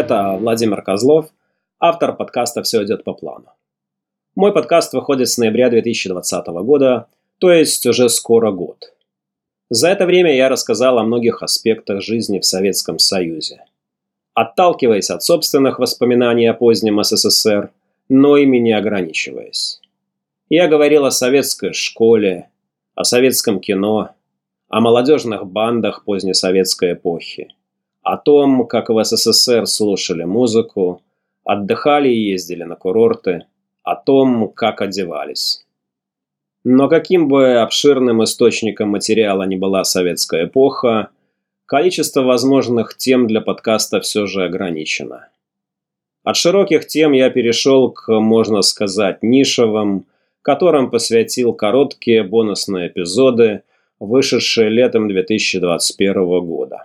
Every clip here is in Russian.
Это Владимир Козлов, автор подкаста «Все идет по плану». Мой подкаст выходит с ноября 2020 года, то есть уже скоро год. За это время я рассказал о многих аспектах жизни в Советском Союзе. Отталкиваясь от собственных воспоминаний о позднем СССР, но ими не ограничиваясь. Я говорил о советской школе, о советском кино, о молодежных бандах позднесоветской эпохи, о том, как в СССР слушали музыку, отдыхали и ездили на курорты, о том, как одевались. Но каким бы обширным источником материала ни была советская эпоха, количество возможных тем для подкаста все же ограничено. От широких тем я перешел к, можно сказать, нишевым, которым посвятил короткие бонусные эпизоды, вышедшие летом 2021 года.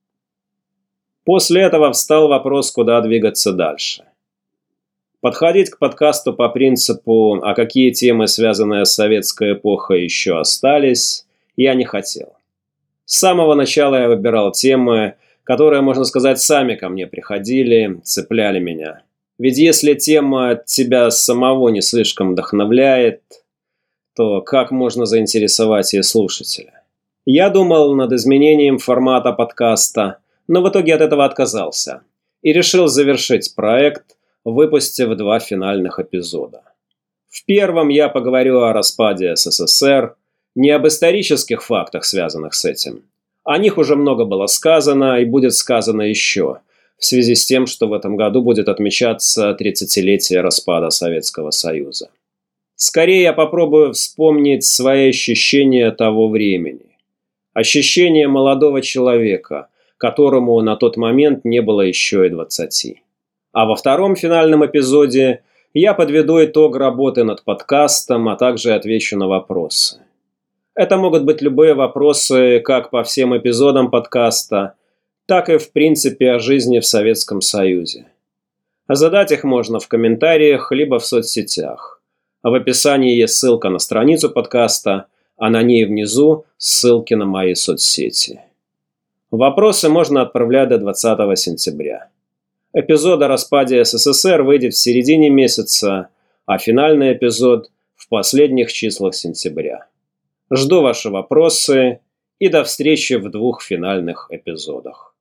После этого встал вопрос, куда двигаться дальше. Подходить к подкасту по принципу, а какие темы, связанные с советской эпохой, еще остались, я не хотел. С самого начала я выбирал темы, которые, можно сказать, сами ко мне приходили, цепляли меня. Ведь если тема тебя самого не слишком вдохновляет, то как можно заинтересовать ее слушателя? Я думал над изменением формата подкаста, но в итоге от этого отказался и решил завершить проект, выпустив 2 финальных эпизода. В первом я поговорю о распаде СССР, не об исторических фактах, связанных с этим. О них уже много было сказано и будет сказано еще, в связи с тем, что в этом году будет отмечаться 30-летие распада Советского Союза. Скорее я попробую вспомнить свои ощущения того времени. Ощущения молодого человека, которому на тот момент не было еще и 20. А во втором финальном эпизоде я подведу итог работы над подкастом, а также отвечу на вопросы. Это могут быть любые вопросы как по всем эпизодам подкаста, так и в принципе о жизни в Советском Союзе. Задать их можно в комментариях, либо в соцсетях. В описании есть ссылка на страницу подкаста, а на ней внизу ссылки на мои соцсети. Вопросы можно отправлять до 20 сентября. Эпизод о распаде СССР выйдет в середине месяца, а финальный эпизод в последних числах сентября. Жду ваши вопросы и до встречи в 2 финальных эпизодах.